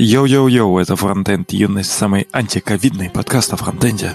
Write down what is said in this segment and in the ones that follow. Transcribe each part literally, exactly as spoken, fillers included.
Йоу-йоу-йоу, это Фронтенд Юность, самый антиковидный подкаст о фронтенде.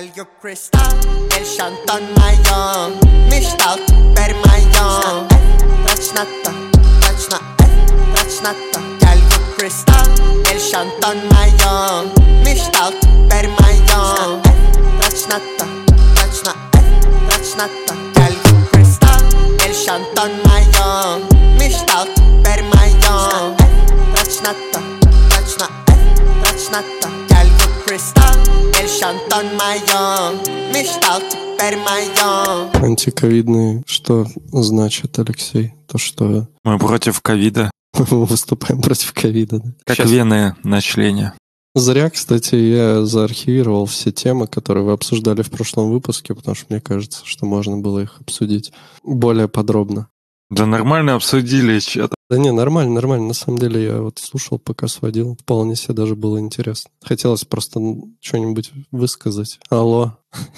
Антиковидный что значит, Алексей? То, что... Мы против ковида. Мы выступаем против ковида, да? Как Сейчас. Вены на члене. Зря, кстати, я заархивировал все темы, которые вы обсуждали в прошлом выпуске, потому что мне кажется, что можно было их обсудить более подробно. Да нормально обсудили что-то. Да не, нормально, нормально. На самом деле я вот слушал, пока сводил. Вполне себе даже было интересно. Хотелось просто что-нибудь высказать. Алло.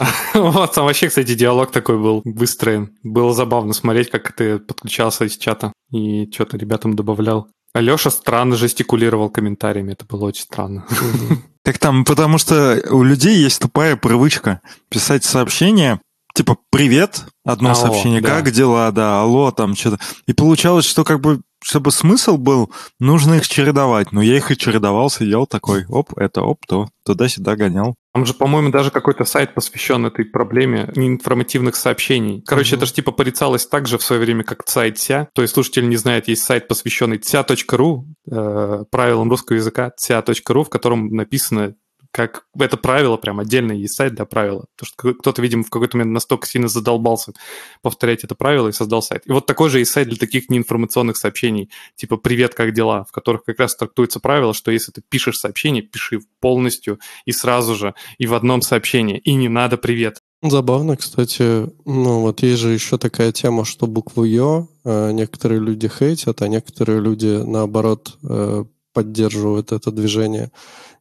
Вот там вообще, кстати, диалог такой был выстроен. Было забавно смотреть, как ты подключался из чата и что-то ребятам добавлял. Алеша странно жестикулировал комментариями. Это было очень странно. Так там, потому что у людей есть тупая привычка писать сообщения. Типа, привет, одно алло, сообщение, да. Как дела, да, алло, там что-то. И получалось, что как бы, чтобы смысл был, нужно их чередовать. Но я их и чередовал, сидел такой, оп, это оп, то туда-сюда гонял. Там же, по-моему, даже какой-то сайт посвящен этой проблеме неинформативных сообщений. Короче, mm-hmm. это же типа порицалось так же в свое время, как сайт ТСЯ. То есть слушатель не знает, есть сайт, посвященный тся точка ру, э, правилам русского языка, тся точка ру, в котором написано, как это правило, прям отдельно есть сайт для правила. Потому что кто-то, видимо, в какой-то момент настолько сильно задолбался повторять это правило и создал сайт. И вот такой же есть сайт для таких неинформационных сообщений, типа «Привет, как дела?», в которых как раз трактуется правило, что если ты пишешь сообщение, пиши полностью и сразу же, и в одном сообщении, и не надо «привет». Забавно, кстати, ну вот есть же еще такая тема, что букву «ё» некоторые люди хейтят, а некоторые люди, наоборот, поддерживают это движение.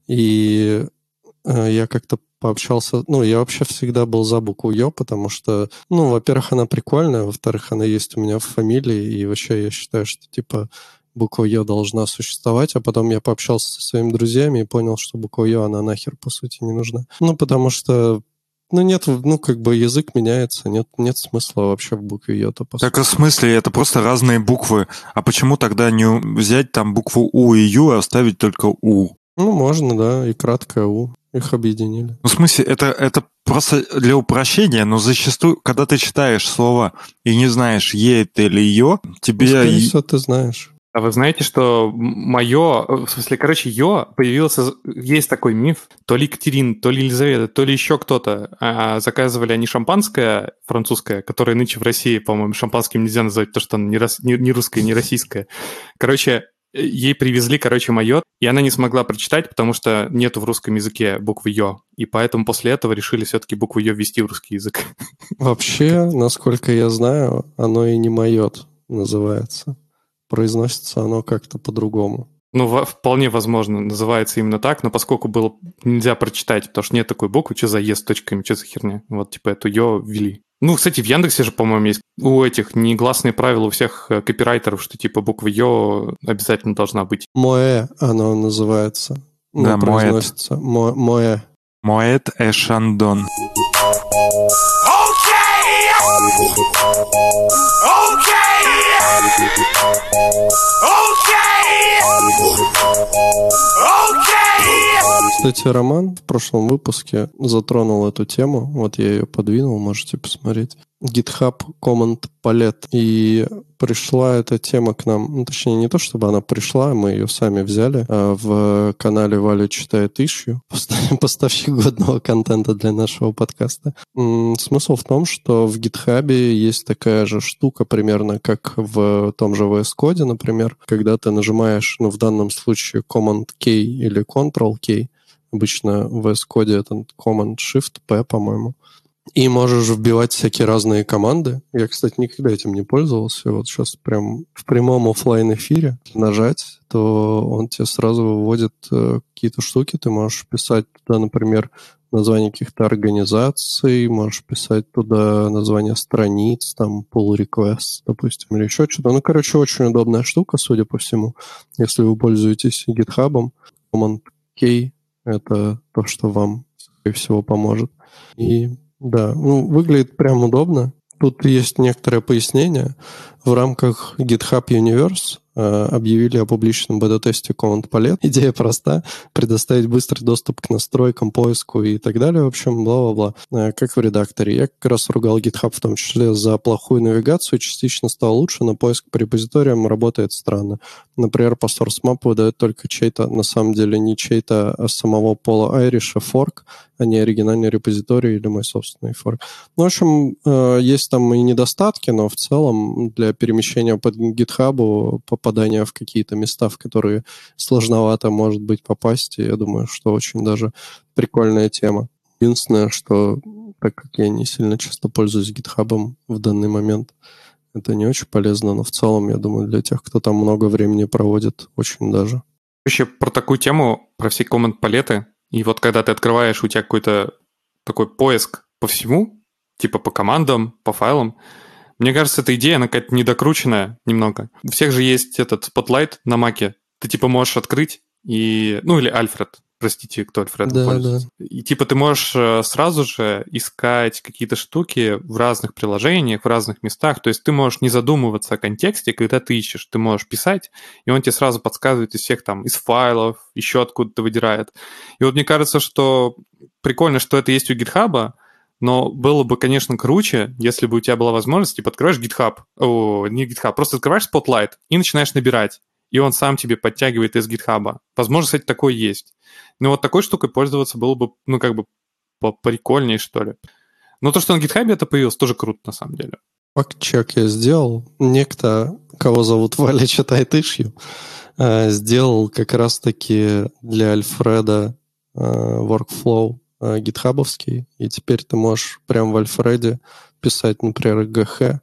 И я как-то пообщался, ну, я вообще всегда был за букву «ё», потому что, ну, во-первых, она прикольная, во-вторых, она есть у меня в фамилии, и вообще я считаю, что, типа, буква «ё» должна существовать, а потом я пообщался со своими друзьями и понял, что буква «ё», она нахер, по сути, не нужна. Ну, потому что, ну, нет, ну, как бы язык меняется, нет, нет смысла вообще в букве «ё». Так в смысле? Это просто разные буквы. А почему тогда не взять там букву «у» и «ю» и оставить только «у»? Ну, можно, да, и краткое «у». Их объединили. Ну, в смысле, это, это просто для упрощения, но зачастую, когда ты читаешь слова и не знаешь, «е» это или «ё», тебе... Ну, скорее всего, ты знаешь. А вы знаете, что мое, в смысле, короче, «ё» появился, есть такой миф, то ли Екатерина, то ли Елизавета, то ли еще кто-то, а заказывали они шампанское французское, которое нынче в России, по-моему, шампанским нельзя называть, потому что оно не, рос, не, не русское, не российское. Короче, ей привезли, короче, «моё», и она не смогла прочитать, потому что нету в русском языке буквы «ё», и поэтому после этого решили все-таки букву «ё» ввести в русский язык. Вообще, насколько я знаю, оно и не «моёт» называется. Произносится оно как-то по-другому. Ну, вполне возможно, называется именно так, но поскольку было нельзя прочитать, потому что нет такой буквы, что за «е» с точками, что за херня. Вот, типа, эту «ё» ввели. Ну, кстати, в Яндексе же, по-моему, есть у этих негласные правила у всех копирайтеров, что типа буква «ё» обязательно должна быть. «Моэ» оно называется. Ну, да, произносится. Мо- «Моэ». «Моэт э шандон». Кстати, Роман в прошлом выпуске затронул эту тему. Вот я ее подвинул, можете посмотреть. GitHub Command Palette. И пришла эта тема к нам, ну, точнее, не то, чтобы она пришла, мы ее сами взяли. А в канале Валя читает issue, поставщик годного контента для нашего подкаста. Смысл в том, что в GitHub есть такая же штука примерно, как в том же ви эс Code, например, когда ты нажимаешь, ну, в данном случае Command-K или Control-K, обычно в ви эс Code это Command-Shift-P, по-моему, и можешь вбивать всякие разные команды. Я, кстати, никогда этим не пользовался. Вот сейчас прям в прямом офлайн эфире нажать, то он тебе сразу выводит э, какие-то штуки. Ты можешь писать туда, например, название каких-то организаций, можешь писать туда название страниц, там, pull requests, допустим, или еще что-то. Ну, короче, очень удобная штука, судя по всему, если вы пользуетесь GitHub. Command K — это то, что вам, скорее всего, поможет. И да, ну, выглядит прям удобно. Тут есть некоторое пояснение. В рамках GitHub Universe э, объявили о публичном бета-тесте Command Palette. Идея проста — предоставить быстрый доступ к настройкам, поиску и так далее. В общем, бла-бла-бла. Э, как в редакторе. Я как раз ругал GitHub в том числе за плохую навигацию. Частично стало лучше, но поиск по репозиториям работает странно. Например, по source map выдает только чей-то, на самом деле не чей-то, а самого Пола Айриша форк, а не оригинальный репозиторий или мой собственный форк. Ну, в общем, э, есть там и недостатки, но в целом для перемещения по GitHub, попадания в какие-то места, в которые сложновато, может быть, попасть, я думаю, что очень даже прикольная тема. Единственное, что так как я не сильно часто пользуюсь GitHub в данный момент, это не очень полезно, но в целом, я думаю, для тех, кто там много времени проводит, очень даже. Еще про такую тему, про все команд-палеты. И вот когда ты открываешь, у тебя какой-то такой поиск по всему, типа по командам, по файлам, мне кажется, эта идея, она какая-то недокрученная немного. У всех же есть этот Spotlight на Маке. Ты типа можешь открыть и... Ну, или Альфред. Простите, кто Альфредом да, пользуется. Да. И типа ты можешь сразу же искать какие-то штуки в разных приложениях, в разных местах. То есть ты можешь не задумываться о контексте, когда ты ищешь. Ты можешь писать, и он тебе сразу подсказывает из всех там, из файлов, еще откуда-то выдирает. И вот мне кажется, что прикольно, что это есть у GitHub, но было бы, конечно, круче, если бы у тебя была возможность, типа, открываешь GitHub, о, не GitHub, просто открываешь Spotlight и начинаешь набирать, и он сам тебе подтягивает из GitHub. Возможно, кстати, такое есть. Но вот такой штукой пользоваться было бы, ну, как бы поприкольнее, что ли. Но то, что на GitHub это появилось, тоже круто, на самом деле. Факт-чек я сделал. Некто, кого зовут Валя читает ишью, сделал как раз-таки для Альфреда workflow гитхабовский, и теперь ты можешь прямо в Альфреде писать, например, гх,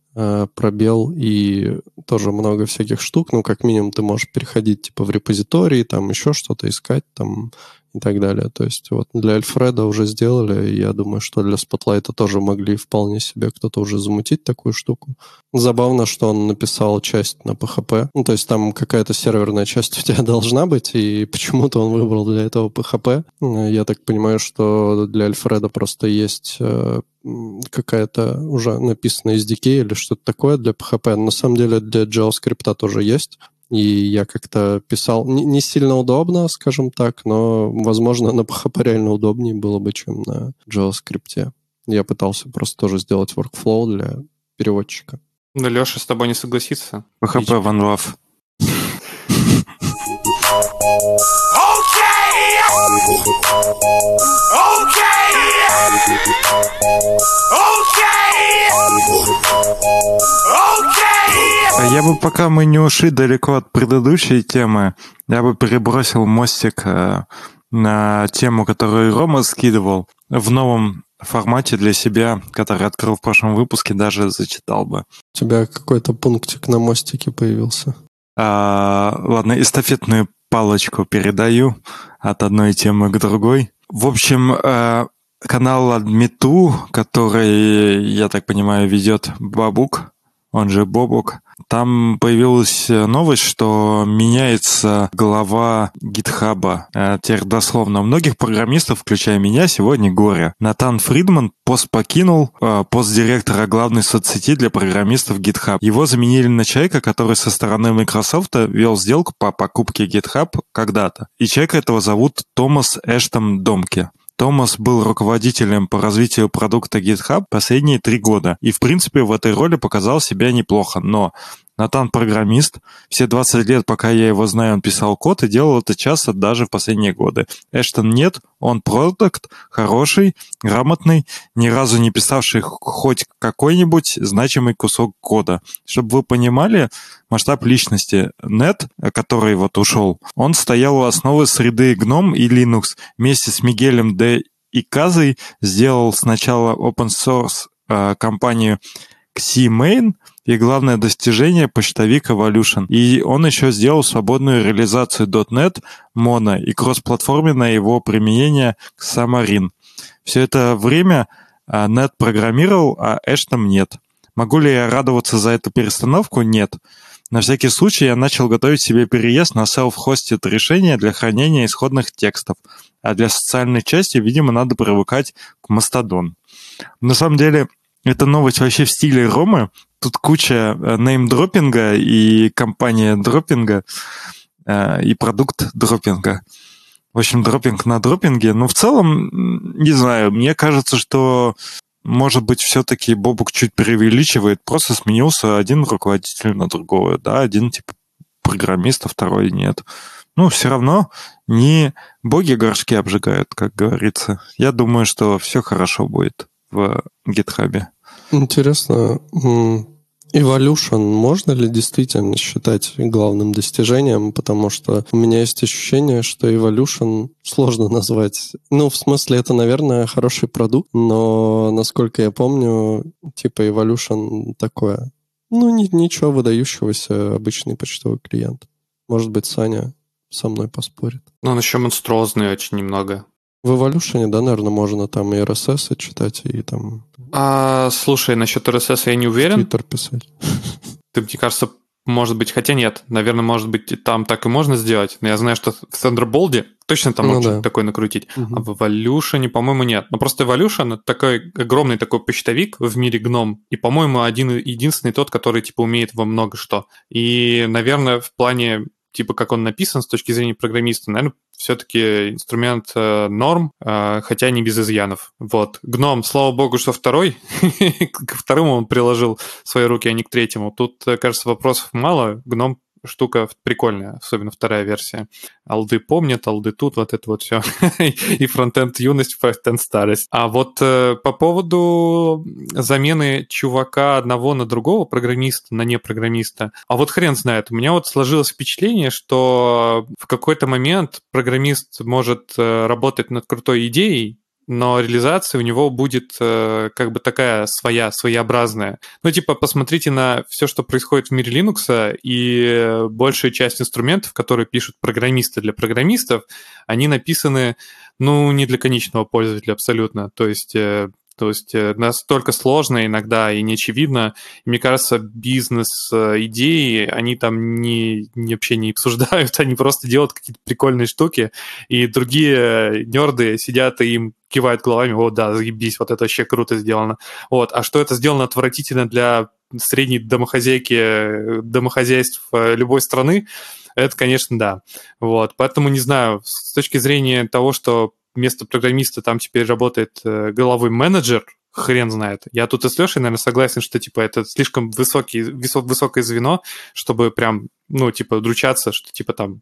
пробел и тоже много всяких штук. Ну, как минимум, ты можешь переходить типа в репозитории, там еще что-то искать, там и так далее. То есть вот для Альфреда уже сделали, и я думаю, что для Spotlight тоже могли вполне себе кто-то уже замутить такую штуку. Забавно, что он написал часть на пи эйч пи. Ну, то есть там какая-то серверная часть у тебя должна быть, и почему-то он выбрал для этого пи эйч пи. Я так понимаю, что для Альфреда просто есть какая-то уже написанная эс ди кей или что-то такое для пи эйч пи. На самом деле для JavaScript тоже есть. И я как-то писал... Не, не сильно удобно, скажем так, но, возможно, на пи эйч пи реально удобнее было бы, чем на JavaScript. Я пытался просто тоже сделать workflow для переводчика. Да, Леша с тобой не согласится. пи эйч пи One Love. Я бы, пока мы не ушли далеко от предыдущей темы, я бы перебросил мостик э, на тему, которую Рома скидывал в новом формате для себя, который открыл в прошлом выпуске, даже зачитал бы. У тебя какой-то пунктик на мостике появился. А, ладно, эстафетную палочку передаю от одной темы к другой. В общем, э, канал Adme.to, который, я так понимаю, ведет Бабук, он же Бобук, там появилась новость, что меняется глава GitHub. Теперь дословно: у многих программистов, включая меня, сегодня горе. Натан Фридман пост покинул, пост директора главной соцсети для программистов GitHub. Его заменили на человека, который со стороны Microsoft вел сделку по покупке GitHub когда-то. И человека этого зовут Томас Эштон Домке. Томас был руководителем по развитию продукта GitHub последние три года. И, в принципе, в этой роли показал себя неплохо. Но Натан программист. Все двадцать лет, пока я его знаю, он писал код и делал это часто даже в последние годы. Эштон нет, он продукт, хороший, грамотный, ни разу не писавший хоть какой-нибудь значимый кусок кода. Чтобы вы понимали масштаб личности, Нет, который вот ушел, он стоял у основы среды гном и Linux. Вместе с Мигелем Д. Иказой сделал сначала open source э, компанию CMain, и главное достижение — почтовик Evolution. И он еще сделал свободную реализацию .дот нет, Mono и кроссплатформенное его применение к Xamarin. Все это время .нет программировал, а Эш там нет. Могу ли я радоваться за эту перестановку? Нет. На всякий случай я начал готовить себе переезд на self-hosted решение для хранения исходных текстов, а для социальной части, видимо, надо привыкать к Mastodon. На самом деле, эта новость вообще в стиле Ромы. Тут куча неймдропинга и компания дропинга, и продукт дропинга. В общем, дропинг на дропинге. Но в целом, не знаю, мне кажется, что, может быть, все-таки Бобук чуть преувеличивает. Просто сменился один руководитель на другого. Да, один типа программист, а второй нет. Ну, все равно не боги горшки обжигают, как говорится. Я думаю, что все хорошо будет в GitHub. Интересно, Evolution можно ли действительно считать главным достижением? Потому что у меня есть ощущение, что Evolution сложно назвать. Ну, в смысле, это, наверное, хороший продукт, но, насколько я помню, типа Evolution такое. Ну, ни, ничего выдающегося, обычный почтовый клиент. Может быть, Саня со мной поспорит. Ну, он еще монструозный очень немного. В Evolution, да, наверное, можно там и эр эс эс читать, и там... А, слушай, насчет эр эс эс я не уверен. Твиттер писать. Ты, мне кажется, может быть, хотя нет, наверное, может быть, там так и можно сделать, но я знаю, что в Thunderbolt точно там ну, можно да. что-то такое накрутить, угу. а в Evolution, по-моему, нет. Но просто Evolution — это такой огромный такой почтовик в мире гном, и, по-моему, один единственный тот, который, типа, умеет во много что. И, наверное, в плане типа как он написан с точки зрения программиста, наверное, все-таки инструмент э, норм, э, хотя не без изъянов. Вот. Гном, слава богу, что второй. К второму он приложил свои руки, а не к третьему. Тут, кажется, вопросов мало. Гном штука прикольная, особенно вторая версия. Алды помнят, алды тут, вот это вот все. И фронтенд юность, фронтенд старость. А вот э, по поводу замены чувака одного на другого, программиста на непрограммиста, а вот хрен знает, у меня вот сложилось впечатление, что в какой-то момент программист может э, работать над крутой идеей, но реализация у него будет э, как бы такая своя, своеобразная. Ну, типа, посмотрите на все, что происходит в мире Linux, и большая часть инструментов, которые пишут программисты для программистов, они написаны, ну, не для конечного пользователя абсолютно. То есть... Э, То есть настолько сложно иногда и неочевидно. И мне кажется, бизнес-идеи, они там не, не, вообще не обсуждают, они просто делают какие-то прикольные штуки, и другие нерды сидят и им кивают головами: о, да, заебись, вот это вообще круто сделано. Вот. А что это сделано отвратительно для средней домохозяйки, домохозяйств любой страны, это, конечно, да. Вот. Поэтому, не знаю, с точки зрения того, что вместо программиста там теперь работает э, головой менеджер, хрен знает. Я тут и с Лешей, наверное, согласен, что, типа, это слишком высокий, высок, высокое звено, чтобы прям, ну, типа, удручаться, что, типа, там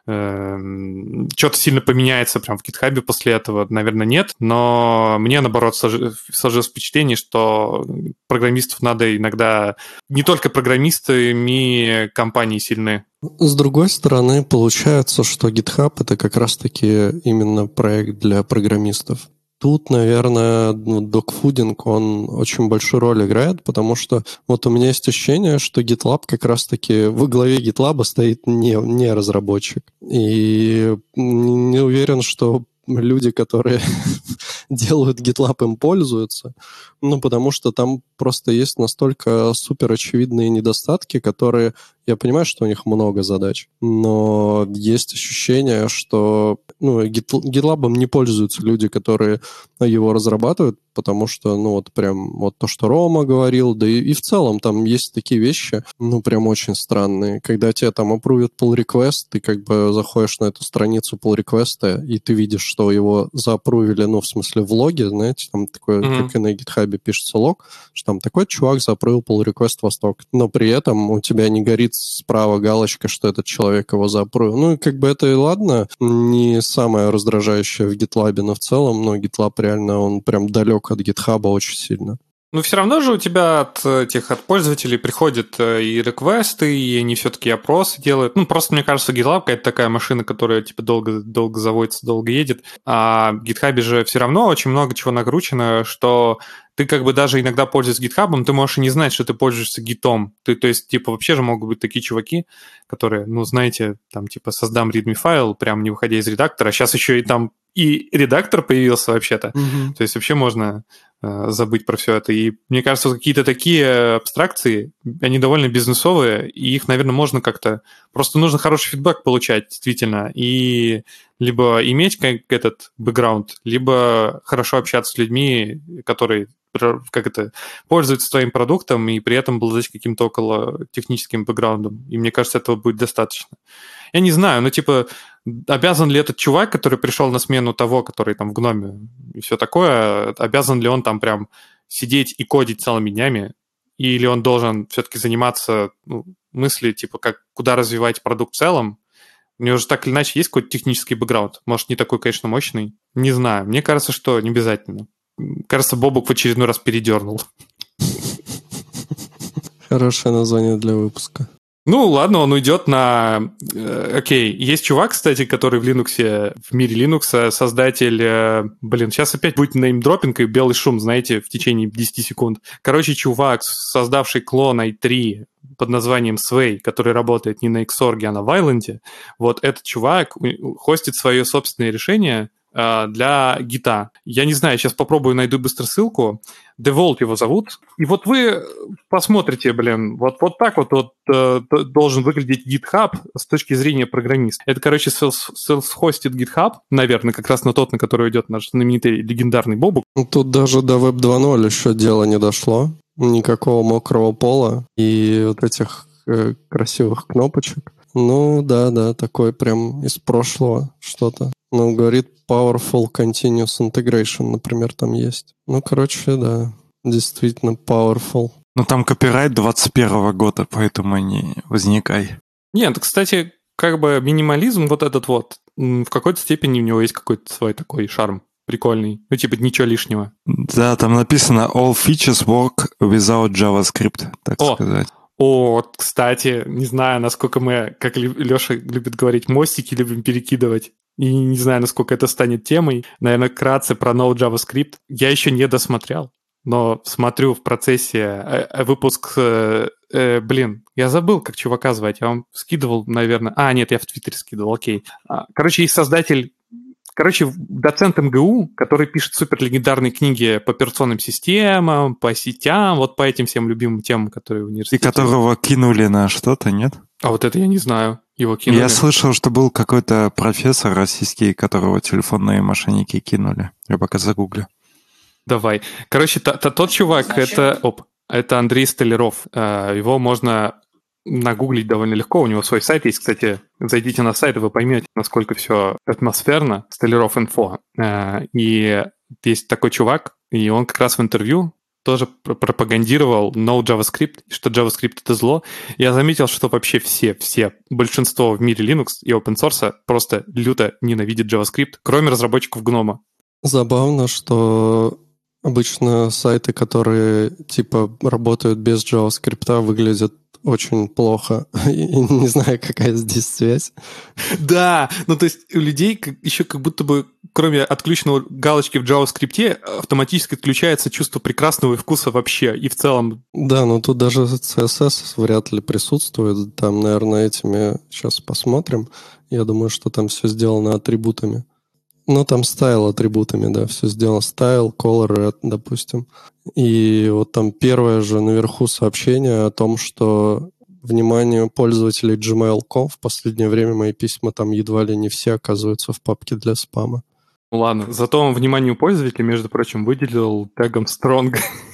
э, что-то сильно поменяется прям в GitHub после этого, наверное, нет. Но мне, наоборот, сложилось впечатление, что программистов надо иногда... Не только программистами компании сильны. С другой стороны, получается, что GitHub — это как раз-таки именно проект для программистов. Тут, наверное, ну, догфудинг, он очень большую роль играет, потому что вот у меня есть ощущение, что GitLab как раз-таки во главе GitLab стоит не, не разработчик. И не уверен, что люди, которые делают GitLab, им пользуются, ну, потому что там просто есть настолько супер очевидные недостатки, которые... Я понимаю, что у них много задач, но есть ощущение, что ну, GitLab не пользуются люди, которые его разрабатывают, потому что, ну, вот прям вот то, что Рома говорил, да и, и в целом там есть такие вещи, ну, прям очень странные. Когда тебе там апрувят pull request, ты как бы заходишь на эту страницу pull request, и ты видишь, что его заапрувили, ну, в смысле в логе, знаете, там такое, mm-hmm. как и на GitHub пишется лог, что там такой чувак заапрувил pull request Восток, но при этом у тебя не горит справа галочка, что этот человек его заапрувил. Ну, и как бы это и ладно, не самое раздражающее в GitLab, но в целом, ну, GitLab реально, он прям далек от GitHub очень сильно. Ну, все равно же у тебя от этих от пользователей приходят и реквесты, и они все-таки опросы делают. Ну, просто, мне кажется, GitLab это такая машина, которая, типа, долго, долго заводится, долго едет. А в GitHub же все равно очень много чего накручено, что ты как бы даже иногда пользуешься GitHub, ты можешь и не знать, что ты пользуешься гитом. Ты, то есть, типа, вообще же могут быть такие чуваки, которые, ну, знаете, там, типа, создам readme файл, прям не выходя из редактора. Сейчас еще и там и редактор появился вообще-то. Mm-hmm. То есть вообще можно э, забыть про все это. И мне кажется, какие-то такие абстракции, они довольно бизнесовые, и их, наверное, можно как-то... Просто нужно хороший фидбэк получать, действительно, и либо иметь как этот бэкграунд, либо хорошо общаться с людьми, которые как это, пользуются твоим продуктом и при этом обладать каким-то около техническим бэкграундом. И мне кажется, этого будет достаточно. Я не знаю, ну, типа, обязан ли этот чувак, который пришел на смену того, который там в гноме и все такое, обязан ли он там прям сидеть и кодить целыми днями, или он должен все-таки заниматься ну, мыслью, типа, как, куда развивать продукт в целом. У него же так или иначе есть какой-то технический бэкграунд. Может, не такой, конечно, мощный. Не знаю. Мне кажется, что не обязательно. Кажется, Бобук в очередной раз передернул. Хорошее название для выпуска. Ну, ладно, он уйдет на... Окей, есть чувак, кстати, который в Linux, в мире Linux, создатель... Блин, сейчас опять будет неймдропинг и белый шум, знаете, в течение десяти секунд. Короче, чувак, создавший клон ай три под названием Sway, который работает не на Xorg, а на Wayland, вот этот чувак хостит свое собственное решение для гита. Я не знаю, сейчас попробую, найду быстро ссылку. Devolt его зовут. И вот вы посмотрите, блин, вот, вот так вот, вот э, должен выглядеть GitHub с точки зрения программиста. Это, короче, self-hosted GitHub, наверное, как раз на тот, на который идет наш знаменитый легендарный Бобук. Тут даже до веб два ноль еще дело не дошло. Никакого мокрого пола и вот этих э, красивых кнопочек. Ну, да-да, такое прям из прошлого что-то. Ну, говорит, Powerful Continuous Integration, например, там есть. Ну, короче, да, действительно powerful. Ну, там копирайт двадцать первого года, поэтому не возникай. Нет, кстати, как бы минимализм вот этот вот, в какой-то степени у него есть какой-то свой такой шарм прикольный. Ну, типа, ничего лишнего. Да, там написано all features work without JavaScript, так О! сказать. О, кстати, не знаю, насколько мы, как Леша любит говорить, мостики любим перекидывать. И не знаю, насколько это станет темой. Наверное, вкратце про No JavaScript. Я еще не досмотрел, но смотрю в процессе э, выпуск... Э, э, блин, я забыл, как чувака звать. Я вам скидывал, наверное... А, нет, я в Твиттере скидывал, окей. Короче, есть создатель... Короче, доцент эм гэ у, который пишет суперлегендарные книги по операционным системам, по сетям, вот по этим всем любимым темам, которые в университете... И которого кинули на что-то, нет? А вот это я не знаю. Его кинули. Я слышал, что был какой-то профессор российский, которого телефонные мошенники кинули. Я пока загуглю. Давай. Короче, т- т- тот чувак, Зачем? это... Оп, это Андрей Столяров. Его можно нагуглить довольно легко. У него свой сайт есть, кстати. Зайдите на сайт, и вы поймете, насколько все атмосферно. Столяров инфо. И есть такой чувак, и он как раз в интервью тоже пропагандировал no JavaScript, что JavaScript — это зло. Я заметил, что вообще все, все, большинство в мире Linux и open source просто люто ненавидит JavaScript, кроме разработчиков гнома. Забавно, что обычно сайты, которые типа работают без JavaScript, выглядят очень плохо. И не знаю, какая здесь связь. Да, ну то есть у людей еще как будто бы, кроме отключенного галочки в JavaScript, автоматически отключается чувство прекрасного вкуса вообще и в целом. Да, но тут даже си эс эс вряд ли присутствует. Там, наверное, этими сейчас посмотрим. Я думаю, что там все сделано атрибутами. Ну, там стайл атрибутами, да, все сделано. Style, color, red, допустим. И вот там первое же наверху сообщение о том, что вниманию пользователей Gmail точка ком в последнее время мои письма там едва ли не все оказываются в папке для спама. Ну ладно, зато он вниманию пользователей, между прочим, выделил тегом strong.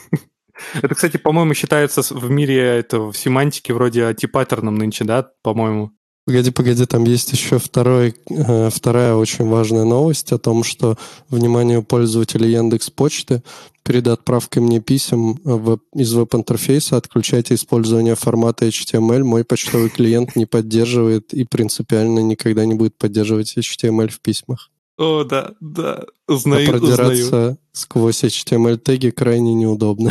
Это, кстати, по-моему, считается в мире этого, в семантике вроде антипаттерном нынче, да, по-моему. Погоди, погоди, там есть еще второй, э, вторая очень важная новость о том, что вниманию пользователей Яндекс.Почты перед отправкой мне писем в, из веб-интерфейса отключайте использование формата эйч ти эм эль. Мой почтовый клиент не поддерживает и принципиально никогда не будет поддерживать эйч ти эм эль в письмах. О, да, да, узнаю, а продираться узнаю. сквозь эйч ти эм эль-теги крайне неудобно.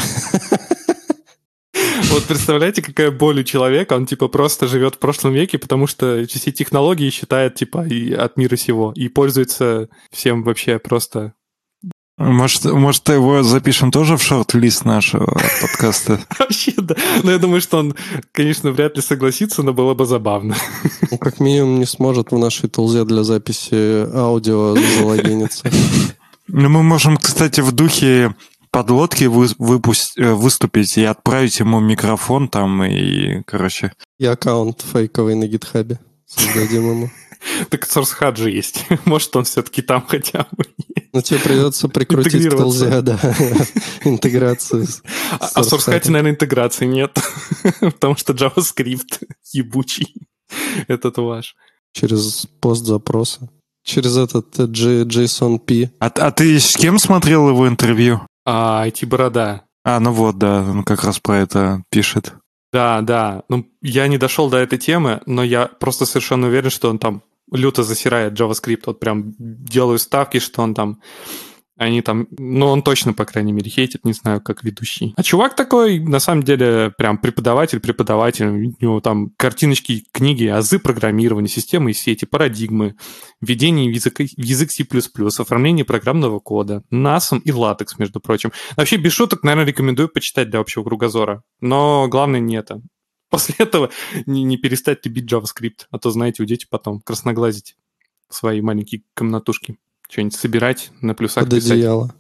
Вот представляете, какая боль у человека, он типа просто живет в прошлом веке, потому что все технологии считает типа и от мира сего, и пользуется всем вообще просто... Может, может, его запишем тоже в шорт-лист нашего подкаста? Вообще, да. Но я думаю, что он, конечно, вряд ли согласится, но было бы забавно. Ну, как минимум, не сможет в нашей тулзе для записи аудио залогиниться. Ну, мы можем, кстати, в духе подлодки вы, выпусть, выступить и отправить ему микрофон там и, короче... И аккаунт фейковый на гитхабе создадим ему. Так SourceHub же есть. Может, он все-таки там хотя бы. Ну, тебе придется прикрутить к Тулзе, да, интеграцию. А в SourceHub, наверное, интеграции нет. Потому что JavaScript ебучий. Этот ваш. Через пост запроса. Через этот JSON-P. А, а ты с кем смотрел его интервью? А, ай ти-борода. А, ну вот, да, он как раз про это пишет. Да, да. Ну, я не дошел до этой темы, но я просто совершенно уверен, что он там люто засирает JavaScript. Вот прям делаю ставки, что он там... Они там... Ну, он точно, по крайней мере, хейтит, не знаю, как ведущий. А чувак такой, на самом деле, прям преподаватель-преподаватель. У него там картиночки, книги, азы программирования, системы и сети, парадигмы, введение в язык, в язык C++, оформление программного кода, насом и латекс, между прочим. Вообще, без шуток, наверное, рекомендую почитать для общего кругозора. Но главное не это. После этого не, не перестать любить JavaScript, а то, знаете, уйдете потом красноглазить свои маленькие комнатушки. Что-нибудь собирать, на плюсах под одеяло.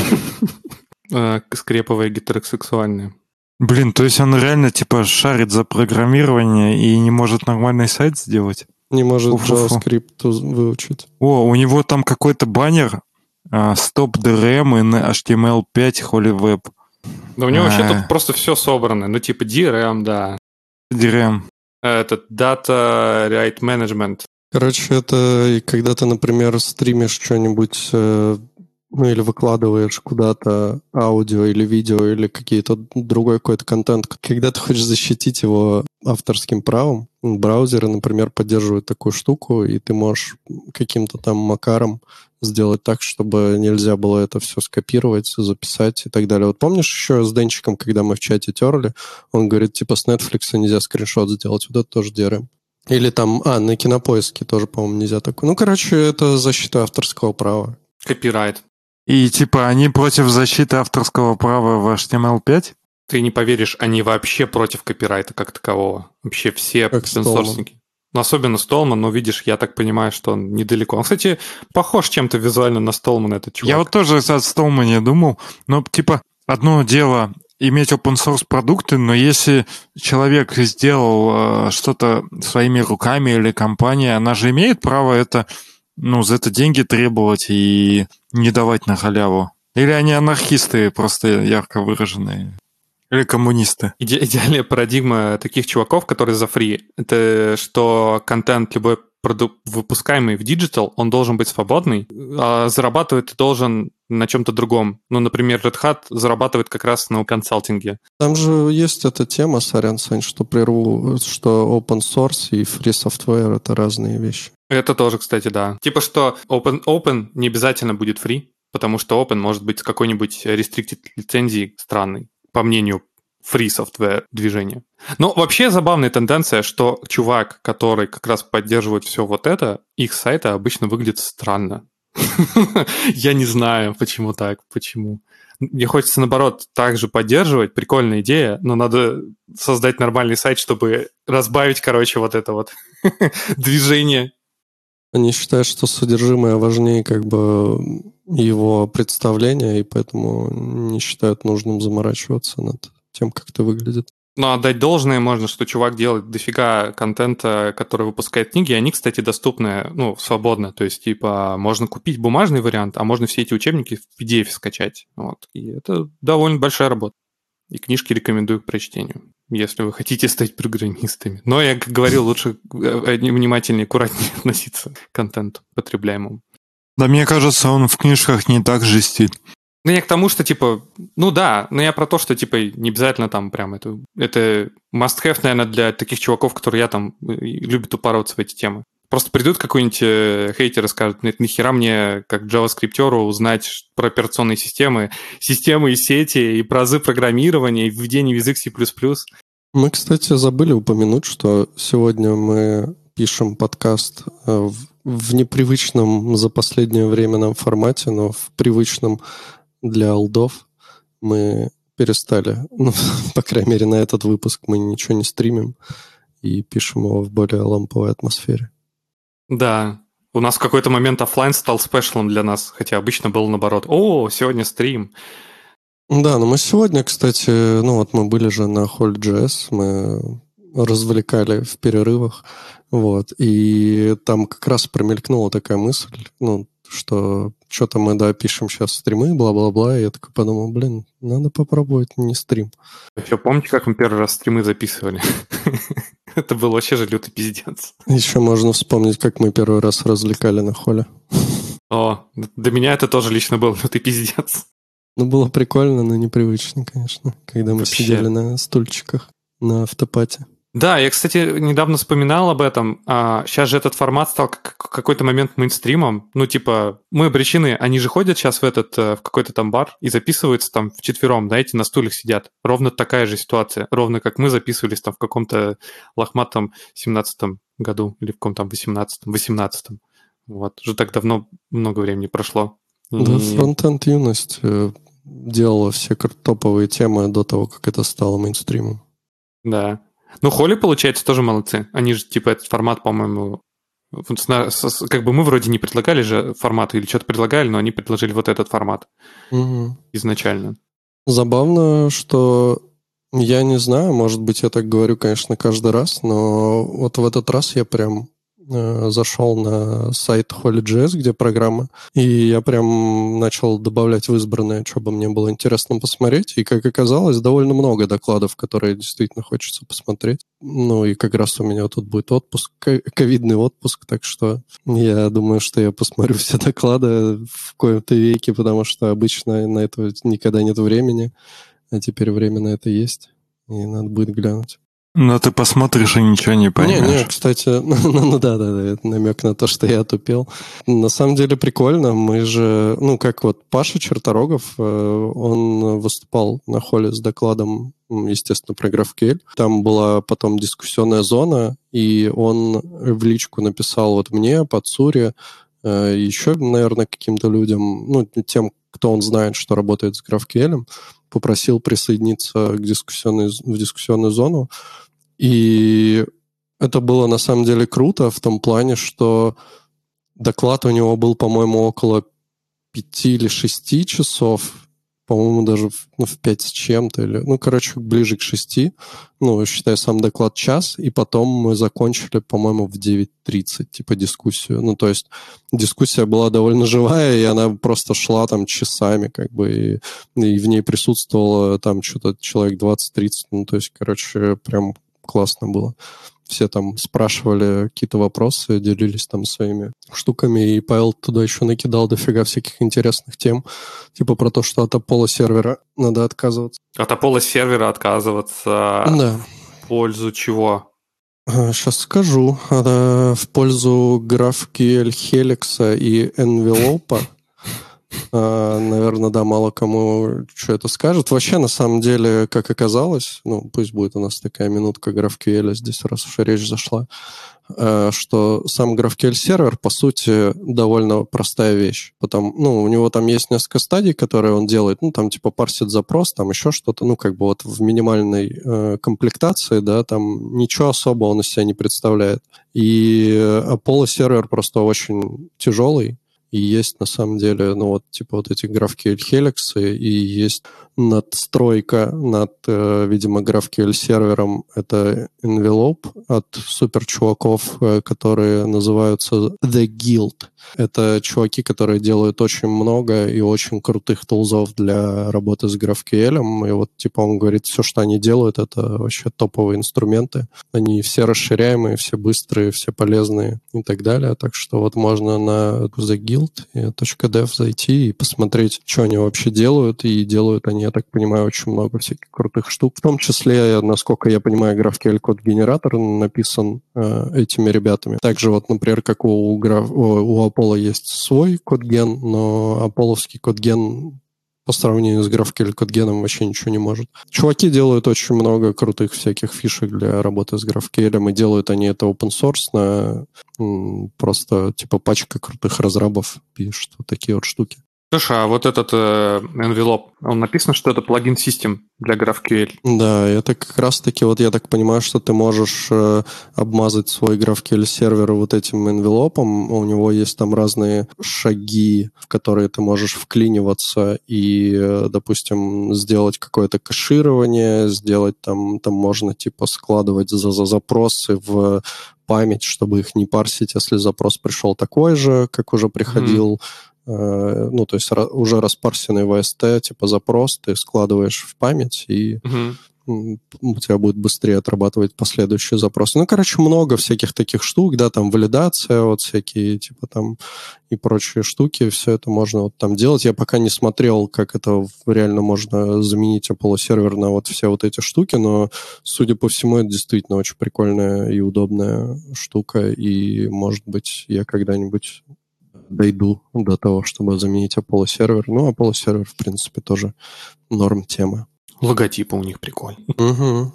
Скреповое гетеросексуальное. Блин, то есть он реально типа шарит за программирование и не может нормальный сайт сделать? Не может Уфу-фу. JavaScript выучить. О, у него там какой-то баннер Stop ди ар эм in эйч ти эм эл пять Holy Web. Да у него вообще тут просто все собрано. Ну типа ди ар эм, да. ди ар эм. Этот Data Right Management. Короче, это когда ты, например, стримишь что-нибудь, э, ну или выкладываешь куда-то аудио или видео или какие-то другой какой-то контент, когда ты хочешь защитить его авторским правом, браузеры, например, поддерживают такую штуку, и ты можешь каким-то там макаром сделать так, чтобы нельзя было это все скопировать, записать и так далее. Вот помнишь еще с Денчиком, когда мы в чате терли, он говорит, типа, с Netflix нельзя скриншот сделать, вот это тоже ди ар эм. Или там, а, на Кинопоиске тоже, по-моему, нельзя такое. Ну, короче, это защита авторского права. Копирайт. И типа они против защиты авторского права в эйч ти эм эл пять? Ты не поверишь, они вообще против копирайта как такового. Вообще все опенсорсники. Ну, особенно Столман, но видишь, я так понимаю, что он недалеко. Он, кстати, похож чем-то визуально на Столмана, этот чувак. Я вот тоже о Столмане думал, но типа одно дело иметь open-source продукты, но если человек сделал э, что-то своими руками или компания, она же имеет право это, ну, за это деньги требовать и не давать на халяву. Или они анархисты, просто ярко выраженные. Или коммунисты. Иде- идеальная парадигма таких чуваков, которые за фри, это что контент любой продукт, выпускаемый в диджитал, он должен быть свободный, а зарабатывать ты должен на чем-то другом. Ну, например, Red Hat зарабатывает как раз на консалтинге. Там же есть эта тема, сорян, Сань, что прерву, что open source и free software — это разные вещи. Это тоже, кстати, да. Типа, что open, open не обязательно будет free, потому что open может быть с какой-нибудь restricted лицензией странной, по мнению free software движения. Но вообще забавная тенденция, что чувак, который как раз поддерживает все вот это, их сайты обычно выглядят странно. Я не знаю, почему так, почему. Мне хочется, наоборот, также поддерживать. Прикольная идея, но надо создать нормальный сайт, чтобы разбавить, короче, вот это вот движение. Они считают, что содержимое важнее как бы его представления, и поэтому не считают нужным заморачиваться над тем, как это выглядит. Но отдать должное можно, что чувак делает дофига контента, который выпускает книги, и они, кстати, доступны, ну, свободно. То есть, типа, можно купить бумажный вариант, а можно все эти учебники в пи ди эф скачать. Вот. И это довольно большая работа. И книжки рекомендую к прочтению, если вы хотите стать программистами. Но, я, как говорил, лучше внимательнее, аккуратнее относиться к контенту потребляемому. Да, мне кажется, он в книжках не так жестит. Ну, я к тому, что, типа, ну да, но я про то, что, типа, не обязательно там прям это... Это must-have, наверное, для таких чуваков, которые я там любят упарываться в эти темы. Просто придут какой-нибудь хейтер и скажут, нахера мне, как джаваскриптеру, узнать про операционные системы, системы и сети, и про азы программирования, и введение в язык C++. Мы, кстати, забыли упомянуть, что сегодня мы пишем подкаст в в непривычном за последнее время нам формате, но в привычном для олдов мы перестали, ну, по крайней мере, на этот выпуск мы ничего не стримим и пишем его в более ламповой атмосфере. Да, у нас в какой-то момент офлайн стал спешлом для нас, хотя обычно было наоборот. О, сегодня стрим. Да, но мы сегодня, кстати, ну вот мы были же на Hall.js, мы развлекали в перерывах, вот, и там как раз промелькнула такая мысль, ну, что что-то мы, да, пишем сейчас стримы, бла-бла-бла, и я такой подумал, блин, надо попробовать не стрим. Еще помните, как мы первый раз стримы записывали? Это был вообще же лютый пиздец. Еще можно вспомнить, как мы первый раз развлекали на холле. О, для меня это тоже лично был лютый пиздец. Ну, было прикольно, но непривычно, конечно, когда мы Вообще. сидели на стульчиках на автопате. Да, я, кстати, недавно вспоминал об этом. А, сейчас же этот формат стал как какой-то момент мейнстримом. Ну, типа, мы обречены, они же ходят сейчас в этот, в какой-то там бар и записываются там вчетвером, знаете, на стульях сидят. Ровно такая же ситуация. Ровно как мы записывались там в каком-то лохматом семнадцатом году или в каком-то там восемнадцатом, восемнадцатом. Вот. Уже так давно много времени прошло. И... Да, фронтенд юность делала все топовые темы до того, как это стало мейнстримом. Да. Ну, Холли, получается, тоже молодцы. Они же, типа, этот формат, по-моему, как бы мы вроде не предлагали же формат или что-то предлагали, но они предложили вот этот формат угу. изначально. Забавно, что я не знаю, может быть, я так говорю, конечно, каждый раз, но вот в этот раз я прям э, зашел на сайт Hall.js, где программа, и я прям начал добавлять в избранное, что бы мне было интересно посмотреть, и, как оказалось, довольно много докладов, которые действительно хочется посмотреть. Ну, и как раз у меня тут будет отпуск, ковидный отпуск, так что я думаю, что я посмотрю все доклады в коем-то веке, потому что обычно на это никогда нет времени, а теперь время на это есть, и надо будет глянуть. Но ты посмотришь и ничего не поймешь. Не, не, кстати, ну, ну да, да, да, это намек на то, что я отупел. На самом деле прикольно, мы же, ну, как вот Паша Черторогов, он выступал на холле с докладом, естественно, про GraphQL. Там была потом дискуссионная зона, и он в личку написал вот мне, Пацуре, еще, наверное, каким-то людям, ну, тем, кто он знает, что работает с GraphQL, попросил присоединиться к дискуссионной, в дискуссионную зону. И это было на самом деле круто в том плане, что доклад у него был, по-моему, около пяти или шести часов, по-моему, даже в, ну, в пять с чем-то, или, ну, короче, ближе к шести, ну, считай, сам доклад час, и потом мы закончили, по-моему, в девять тридцать, типа, дискуссию. Ну, то есть дискуссия была довольно живая, и она просто шла там часами, как бы, и, и в ней присутствовало там что-то человек двадцать-тридцать, ну, то есть, короче, прям классно было. Все там спрашивали какие-то вопросы, делились там своими штуками, и Павел туда еще накидал дофига всяких интересных тем, типа про то, что от Apollo сервера надо отказываться. От Apollo сервера отказываться? Да. В пользу чего? Сейчас скажу. В пользу GraphQL Helix и Envelope. Наверное, да, мало кому что это скажет. Вообще, на самом деле, как оказалось, ну, пусть будет у нас такая минутка GraphQL здесь, раз уж речь зашла, что сам GraphQL сервер, по сути, довольно простая вещь. Потом, ну, у него там есть несколько стадий, которые он делает, ну, там, типа, парсит запрос, там еще что-то, ну, как бы вот в минимальной э, комплектации, да, там ничего особого он из себя не представляет. И Apollo сервер просто очень тяжелый, и есть, на самом деле, ну, вот, типа, вот эти GraphQL Helix, и есть надстройка над, э, видимо, GraphQL сервером. Это Envelope от суперчуваков, э, которые называются The Guild. Это чуваки, которые делают очень много и очень крутых тулзов для работы с GraphQL. И вот, типа, он говорит, все, что они делают, это вообще топовые инструменты. Они все расширяемые, все быстрые, все полезные и так далее. Так что вот можно на The Guild точка dev зайти и посмотреть, что они вообще делают. И делают они, я так понимаю, очень много всяких крутых штук. В том числе, насколько я понимаю, GraphQL код-генератор написан э, этими ребятами. Также вот, например, как у, у Apollo есть свой код-ген, но аполловский код-ген по сравнению с GraphQL CodeGen вообще ничего не может. Чуваки делают очень много крутых всяких фишек для работы с GraphQL, и делают они это open source на просто типа пачка крутых разрабов пишут вот такие вот штуки. Слушай, а вот этот э, envelope, он написано, что это плагин систем для GraphQL. Да, это как раз-таки, вот я так понимаю, что ты можешь э, обмазать свой GraphQL сервер вот этим envelope. У него есть там разные шаги, в которые ты можешь вклиниваться и, э, допустим, сделать какое-то кэширование, сделать там, там можно типа складывать за, за запросы в память, чтобы их не парсить, если запрос пришел такой же, как уже приходил. Mm-hmm. Ну, то есть уже распарсенный ви эс ти, типа запрос, ты складываешь в память, и uh-huh. у тебя будет быстрее отрабатывать последующие запросы. Ну, короче, много всяких таких штук, да, там валидация, вот всякие, типа там и прочие штуки, все это можно вот там делать. Я пока не смотрел, как это реально можно заменить Apollo сервер на вот все вот эти штуки, но, судя по всему, это действительно очень прикольная и удобная штука, и, может быть, я когда-нибудь дойду до того, чтобы заменить Apollo сервер. Ну, Apollo сервер, в принципе, тоже норм тема. Логотипы у них прикольные. Угу.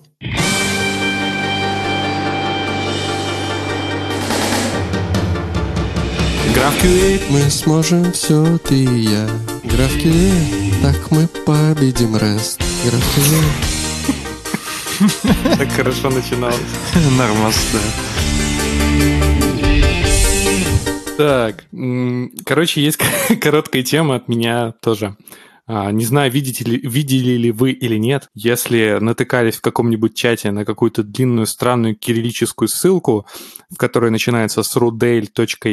GraphQL. Мы сможем все, ты и я. GraphQL. Так мы победим REST. GraphQL. Так хорошо начиналось. Нормас, да. Так, короче, есть короткая тема от меня тоже. Не знаю, видите ли, видели ли вы или нет, если натыкались в каком-нибудь чате на какую-то длинную странную кириллическую ссылку, в которой начинается с rudel точка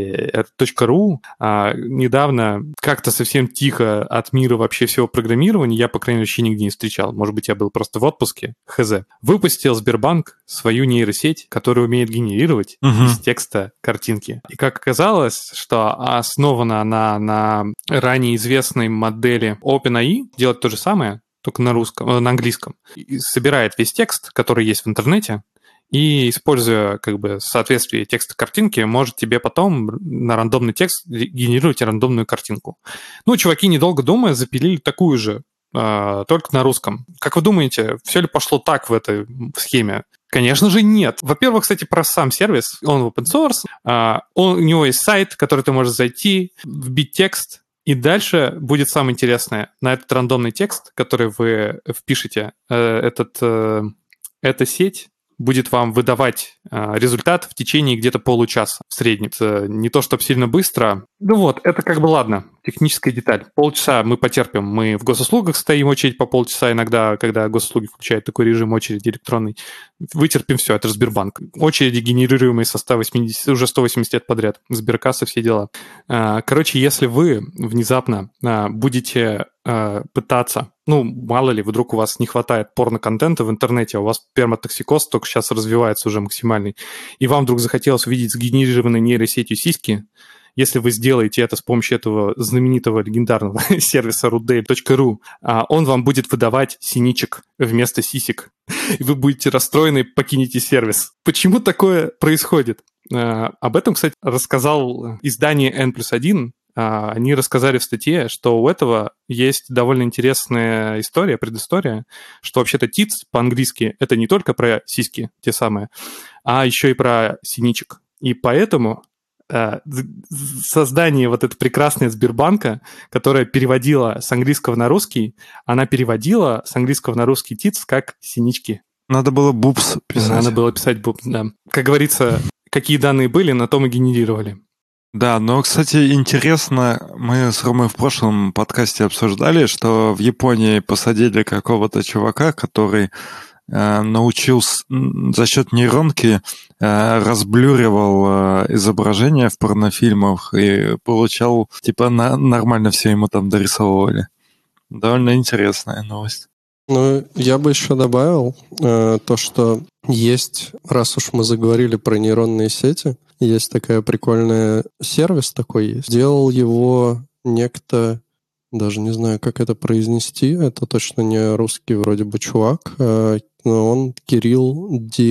ру. А, недавно как-то совсем тихо от мира вообще всего программирования, я, по крайней мере, вообще нигде не встречал. Может быть, я был просто в отпуске, хз. Выпустил Сбербанк свою нейросеть, которая умеет генерировать uh-huh. из текста картинки. И как оказалось, что основана она на ранее известной модели OpenAI, делает то же самое, только на русском, на английском. И собирает весь текст, который есть в интернете, и, используя как бы соответствие текста картинки, может тебе потом на рандомный текст генерировать рандомную картинку. Ну, чуваки, недолго думая, запилили такую же, э, только на русском. Как вы думаете, все ли пошло так в этой схеме? Конечно же, нет. Во-первых, кстати, про сам сервис. Он open source, э, он, у него есть сайт, в который ты можешь зайти, вбить текст, и дальше будет самое интересное. На этот рандомный текст, который вы впишете, э, этот, э, эта сеть будет вам выдавать э, результат в течение где-то получаса в среднем. Это не то, чтобы сильно быстро. Ну вот, это как бы ладно, техническая деталь. Полчаса мы потерпим. Мы в госуслугах стоим очередь по полчаса иногда, когда госуслуги включают такой режим очереди электронный. Вытерпим все, это же Сбербанк. Очереди, генерируемые со ста восьмидесяти, уже сто восемьдесят лет подряд. Сберкасса, все дела. Э, короче, если вы внезапно э, будете э, пытаться, ну, мало ли, вдруг у вас не хватает порно-контента в интернете, а у вас пермотоксикоз только сейчас развивается уже максимальный, и вам вдруг захотелось увидеть сгенерированной нейросетью сиськи, если вы сделаете это с помощью этого знаменитого легендарного сервиса rudel точка ру, он вам будет выдавать синичек вместо сисек, и вы будете расстроены и покинете сервис. Почему такое происходит? Об этом, кстати, рассказал издание эн плюс один. Они рассказали в статье, что у этого есть довольно интересная история, предыстория, что вообще-то титс по-английски это не только про сиськи, те самые, а еще и про синичек. И поэтому э, создание вот этой прекрасной Сбербанка, которая переводила с английского на русский, она переводила с английского на русский титс как синички. Надо было бубс писать. Надо было писать бубс, да. Как говорится, какие данные были, на том и генерировали. Да, но, кстати, интересно, мы с Ромой в прошлом подкасте обсуждали, что в Японии посадили какого-то чувака, который э, научился за счет нейронки э, разблюривал э, изображения в порнофильмах и получал, типа, на, нормально все ему там дорисовывали. Довольно интересная новость. Ну, я бы еще добавил э, то, что есть, раз уж мы заговорили про нейронные сети, есть такая прикольная сервис такой есть. Делал его некто, даже не знаю, как это произнести, это точно не русский вроде бы чувак, э, но он Кирилл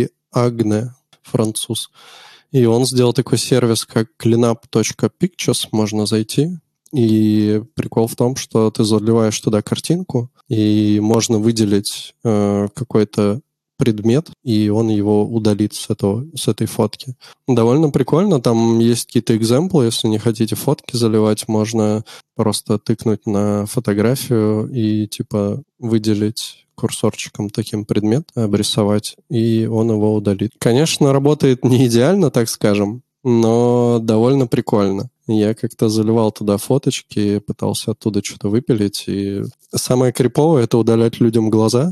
Диагне, француз. И он сделал такой сервис, как cleanup точка pictures, можно зайти. И прикол в том, что ты заливаешь туда картинку, и можно выделить э, какой-то предмет, и он его удалит с, этого, с этой фотки. Довольно прикольно. Там есть какие-то экземплы. Если не хотите фотки заливать, можно просто тыкнуть на фотографию и типа выделить курсорчиком таким предмет, обрисовать, и он его удалит. Конечно, работает не идеально, так скажем, но довольно прикольно. Я как-то заливал туда фоточки, пытался оттуда что-то выпилить, и самое криповое — это удалять людям глаза.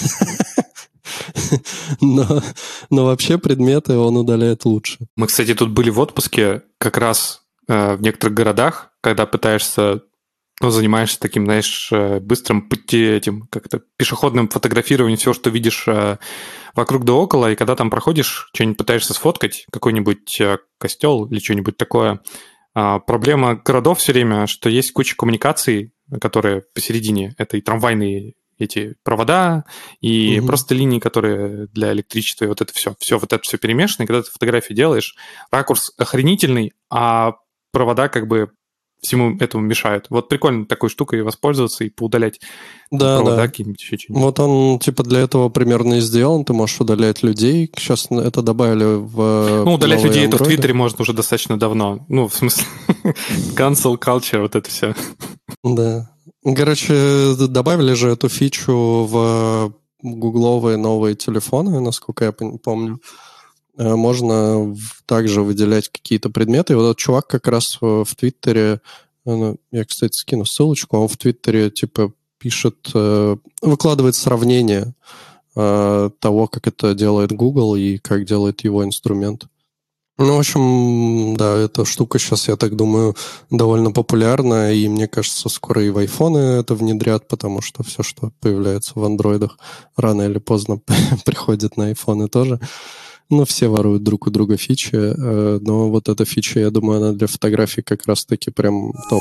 Но, но вообще предметы он удаляет лучше. Мы, кстати, тут были в отпуске как раз э, в некоторых городах, когда пытаешься, ну, занимаешься таким, знаешь, быстрым пути, этим как-то пешеходным фотографированием всего, что видишь э, вокруг да около, и когда там проходишь, что-нибудь пытаешься сфоткать, какой-нибудь э, костел или что-нибудь такое. Э, проблема городов все время, что есть куча коммуникаций, которые посередине, это и трамвайные эти провода, и угу. просто линии, которые для электричества, и вот это все, все вот это все перемешано, и когда ты фотографию делаешь, ракурс охренительный, а провода как бы всему этому мешают. Вот прикольно такой штукой воспользоваться и поудалять да, провода да. какие-нибудь еще что-нибудь. Вот он типа для этого примерно и сделан, ты можешь удалять людей. Сейчас это добавили в Ну, удалять людей андроиды. Это в Твиттере можно уже достаточно давно. Ну, в смысле, cancel culture, вот это все. Да. Короче, добавили же эту фичу в гугловые новые телефоны, насколько я помню. Можно также выделять какие-то предметы. И вот этот чувак как раз в Твиттере, я, кстати, скину ссылочку, он в Твиттере типа пишет, выкладывает сравнение того, как это делает Google и как делает его инструмент. Ну, в общем, да, эта штука сейчас, я так думаю, довольно популярна, и мне кажется, скоро и в айфоны это внедрят, потому что все, что появляется в андроидах, рано или поздно приходит на айфоны тоже. Ну, все воруют друг у друга фичи, но вот эта фича, я думаю, она для фотографий как раз-таки прям топ.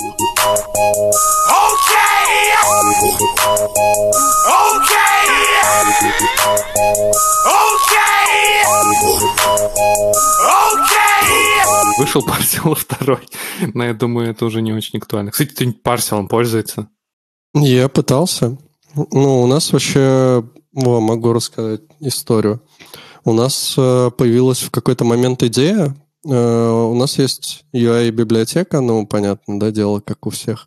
Вышел парсел второй, но я думаю, это уже не очень актуально. Кстати, кто-нибудь парселом пользуется? Я пытался. Ну, у нас вообще... О, могу рассказать историю. У нас появилась в какой-то момент идея. У нас есть ю ай-библиотека, ну, понятно, да, дело как у всех.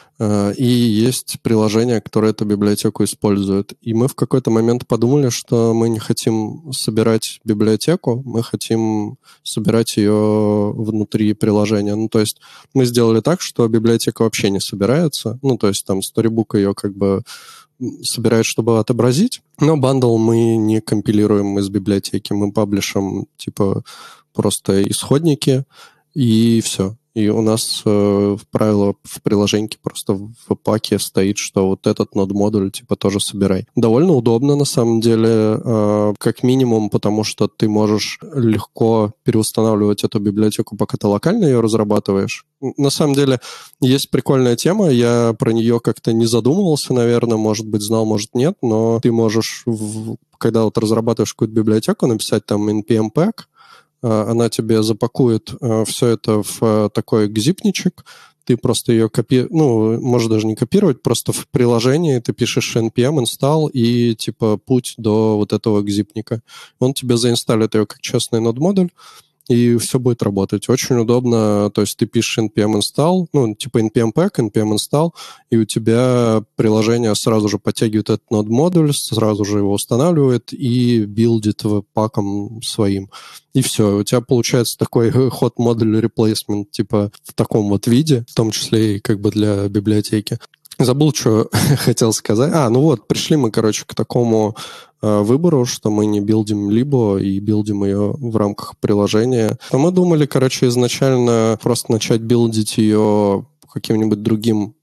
И есть приложение, которое эту библиотеку использует. И мы в какой-то момент подумали, что мы не хотим собирать библиотеку, мы хотим собирать ее внутри приложения. Ну, то есть мы сделали так, что библиотека вообще не собирается. Ну, то есть там Storybook ее как бы собирает, чтобы отобразить, но бандл мы не компилируем из библиотеки, мы паблишим типа просто исходники, и все. И у нас э, правило в приложении просто в паке стоит, что вот этот нод-модуль типа тоже собирай. Довольно удобно на самом деле, э, как минимум, потому что ты можешь легко переустанавливать эту библиотеку, пока ты локально ее разрабатываешь. На самом деле есть прикольная тема, я про нее как-то не задумывался, наверное, может быть, знал, может, нет, но ты можешь, в, когда вот разрабатываешь какую-то библиотеку, написать там эн пи эм пэк, она тебе запакует э, все это в э, такой гзипничек, ты просто ее копируешь, ну, можешь даже не копировать, просто в приложении ты пишешь npm install и типа путь до вот этого гзипника. Он тебе заинсталит ее как частный нод-модуль, и все будет работать. Очень удобно, то есть ты пишешь npm install, ну, типа npm pack, npm install, и у тебя приложение сразу же подтягивает этот нод-модуль, сразу же его устанавливает и билдит паком своим. И все, у тебя получается такой hot module replacement, типа в таком вот виде, в том числе и как бы для библиотеки. Забыл, что хотел сказать. А, ну вот, пришли мы, короче, к такому э, выбору, что мы не билдим либо и билдим ее в рамках приложения. А мы думали, короче, изначально просто начать билдить ее каким-нибудь другим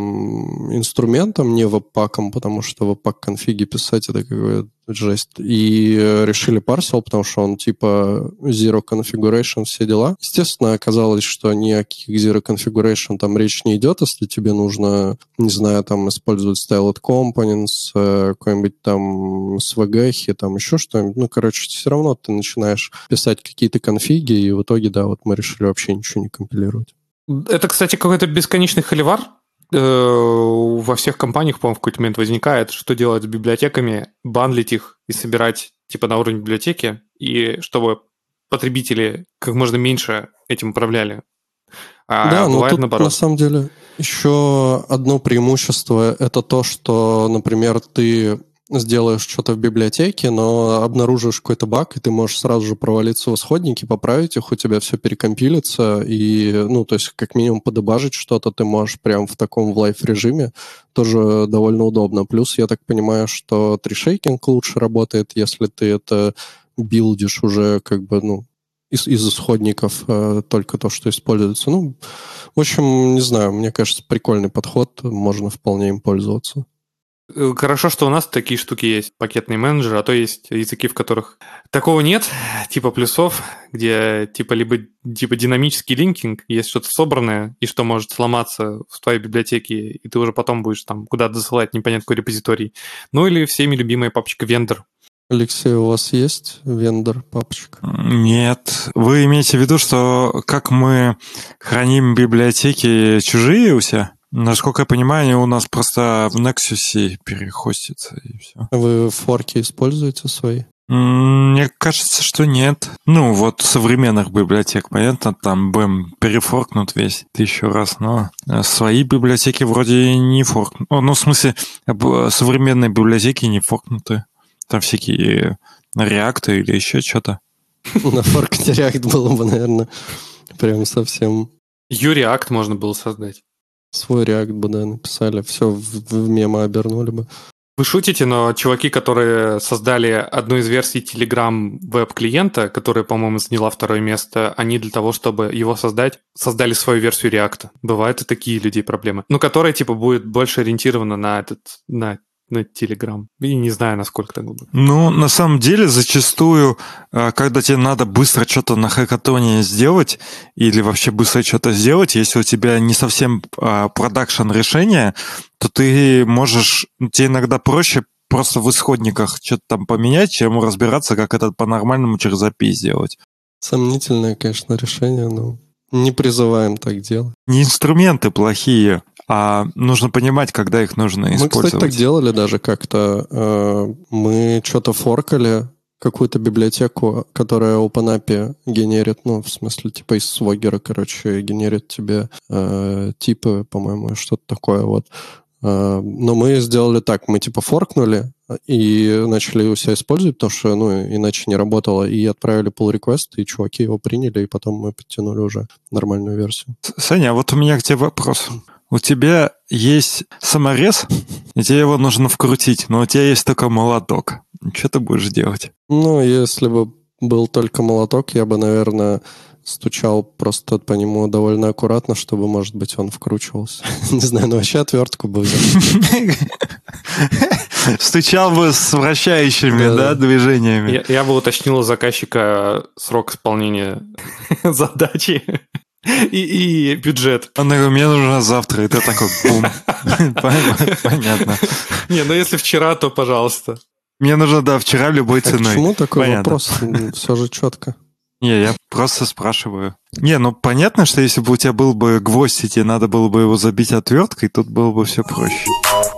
м- инструментом, не веб-паком, потому что веб-пак-конфиги писать — это какая-то жесть. И решили парсел, потому что он типа zero configuration, все дела. Естественно, оказалось, что ни о каких zero configuration там речь не идет, если тебе нужно, не знаю, там использовать styled components, какой-нибудь там эс ви джи, там еще что-нибудь. Ну, короче, все равно ты начинаешь писать какие-то конфиги, и в итоге, да, вот мы решили вообще ничего не компилировать. Это, кстати, какой-то бесконечный холивар. Во всех компаниях, по-моему, в какой-то момент возникает, что делать с библиотеками, бандлить их и собирать типа на уровень библиотеки, и чтобы потребители как можно меньше этим управляли. А да, но тут наоборот. На самом деле еще одно преимущество – это то, что, например, ты сделаешь что-то в библиотеке, но обнаружишь какой-то баг, и ты можешь сразу же провалиться в исходники, поправить их, у тебя все перекомпилится, и, ну, то есть, как минимум, подебажить что-то ты можешь прям в таком в лайв-режиме, тоже довольно удобно. Плюс, я так понимаю, что трешейкинг лучше работает, если ты это билдишь уже, как бы, ну, из, из исходников, э, только то, что используется. Ну, в общем, не знаю, мне кажется, прикольный подход, можно вполне им пользоваться. Хорошо, что у нас такие штуки есть, пакетный менеджер, а то есть языки, в которых такого нет, типа плюсов, где типа либо типа динамический линкинг, есть что-то собранное, и что может сломаться в твоей библиотеке, и ты уже потом будешь там куда-то засылать непонятно какой репозиторий. Ну или всеми любимая папочка вендор. Алексей, у вас есть вендор папочка? Нет. Вы имеете в виду, что как мы храним библиотеки чужие у себя? Насколько я понимаю, они у нас просто в Nexus перехостятся, и все. Вы форки используете свои? Мне кажется, что нет. Ну, вот современных библиотек, понятно, там бэм перефоркнут весь тысячу раз, но свои библиотеки вроде не форкнут. Ну, в смысле, современные библиотеки не форкнуты. Там всякие реакты или еще что-то. На форкне React было бы, наверное, прям совсем... U-React можно было создать. Свой React бы, да, написали, все в, в мемы обернули бы. Вы шутите, но чуваки, которые создали одну из версий Telegram веб-клиента, которая, по-моему, заняла второе место, они для того, чтобы его создать, создали свою версию React. Бывают и такие людей проблемы. Ну, которая, типа, будет больше ориентирована на этот, на на Telegram. И не знаю, насколько так будет. Ну, на самом деле, зачастую, когда тебе надо быстро что-то на хакатоне сделать или вообще быстро что-то сделать, если у тебя не совсем продакшн решение, то ты можешь... Тебе иногда проще просто в исходниках что-то там поменять, чем разбираться, как это по-нормальному через эй пи ай сделать. Сомнительное, конечно, решение, но не призываем так делать. Не инструменты плохие, а нужно понимать, когда их нужно мы, использовать. Мы, кстати, так делали даже как-то. Мы что-то форкали, какую-то библиотеку, которая OpenAPI генерит, ну, в смысле, типа из Swagger, короче, генерит тебе э, типы, по-моему, что-то такое вот. Э, но мы сделали так, мы типа форкнули и начали его себя использовать, потому что, ну, иначе не работало, и отправили pull request, и чуваки его приняли, и потом мы подтянули уже нормальную версию. Саня, вот у меня к тебе вопрос. У тебя есть саморез, и тебе его нужно вкрутить, но у тебя есть только молоток. Что ты будешь делать? Ну, если бы был только молоток, я бы, наверное, стучал просто по нему довольно аккуратно, чтобы, может быть, он вкручивался. Не знаю, но вообще отвертку бы взял. Стучал бы с вращающими, да, движениями. Я бы уточнил у заказчика срок исполнения задачи. И, и бюджет. Он говорит, мне нужно завтра. И ты такой, бум. Понятно. Не, ну если вчера, то пожалуйста. Мне нужно, да, вчера любой ценой. Почему такой вопрос? Все же четко. Не, я просто спрашиваю. Не, ну понятно, что если бы у тебя был бы гвоздь, и тебе надо было бы его забить отверткой, тут было бы все проще.